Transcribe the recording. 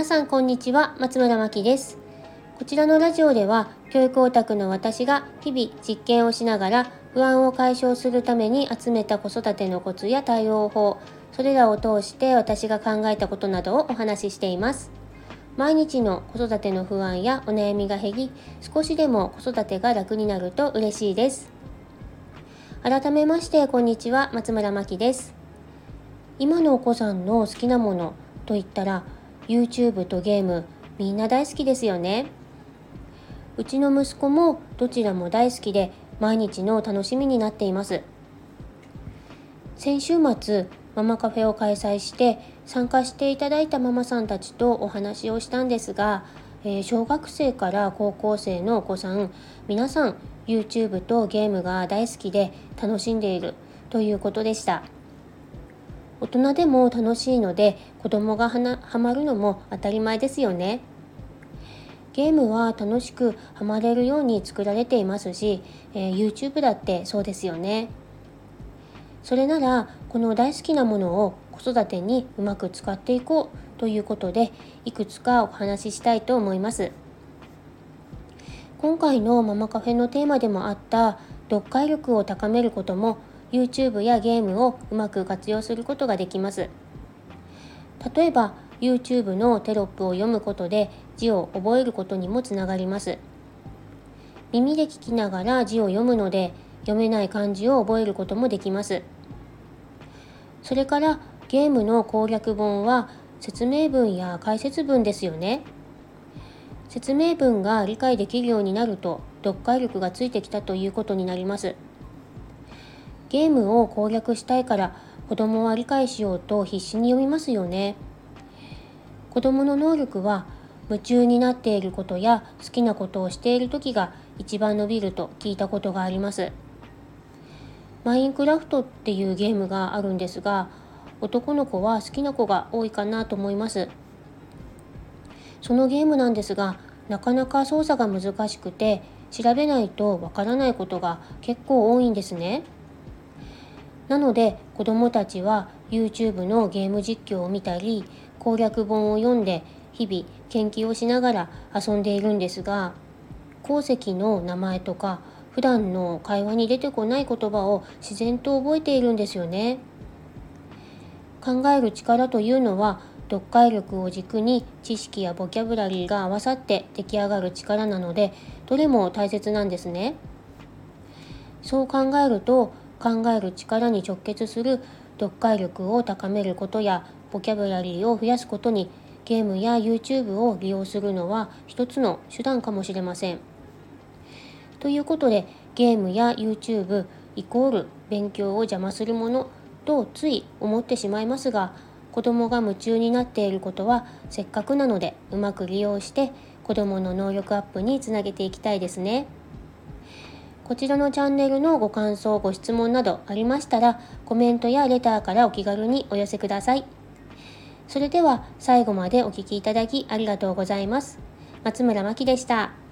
さんこんにちは、松村真希です。こちらのラジオでは教育オタクの私が日々実験をしながら不安を解消するために集めた子育てのコツや対応法、それらを通して私が考えたことなどをお話ししています。毎日の子育ての不安やお悩みが減り、少しでも子育てが楽になると嬉しいです。改めましてこんにちは、松村真希です。今のお子さんの好きなものといったら YouTube とゲーム、みんな大好きですよね。うちの息子もどちらも大好きで毎日の楽しみになっています。先週末ママカフェを開催して参加していただいたママさんたちとお話をしたんですが、小学生から高校生のお子さん皆さん YouTube とゲームが大好きで楽しんでいるということでした。大人でも楽しいので子供がハマるのも当たり前ですよね。ゲームは楽しくハマれるように作られていますし、YouTube だってそうですよね。それならこの大好きなものを子育てにうまく使っていこうということでいくつかお話ししたいと思います。今回のママカフェのテーマでもあった読解力を高めることも YouTube やゲームをうまく活用することができます。例えば YouTube のテロップを読むことで字を覚えることにもつながります。耳で聞きながら字を読むので読めない漢字を覚えることもできます。それからゲームの攻略本は説明文や解説文ですよね。説明文が理解できるようになると読解力がついてきたということになります。ゲームを攻略したいから子供は理解しようと必死に読みますよね。子供の能力は夢中になっていることや好きなことをしている時が一番伸びると聞いたことがあります。マインクラフトっていうゲームがあるんですが、男の子は好きな子が多いかなと思います。そのゲームなんですが、なかなか操作が難しくて調べないとわからないことが結構多いんですね。なので子どもたちは YouTube のゲーム実況を見たり攻略本を読んで日々研究をしながら遊んでいるんですが、鉱石の名前とか普段の会話に出てこない言葉を自然と覚えているんですよね。考える力というのは読解力を軸に知識やボキャブラリーが合わさって出来上がる力なので、どれも大切なんですね。そう考えると考える力に直結する読解力を高めることやボキャブラリーを増やすことにゲームや YouTube を利用するのは一つの手段かもしれません。ということでゲームや YouTube イコール勉強を邪魔するものとつい思ってしまいますが、子どもが夢中になっていることはせっかくなのでうまく利用して子どもの能力アップにつなげていきたいですね。こちらのチャンネルのご感想、ご質問などありましたら、コメントやレターからお気軽にお寄せください。それでは最後までお聞きいただきありがとうございます。松村真希でした。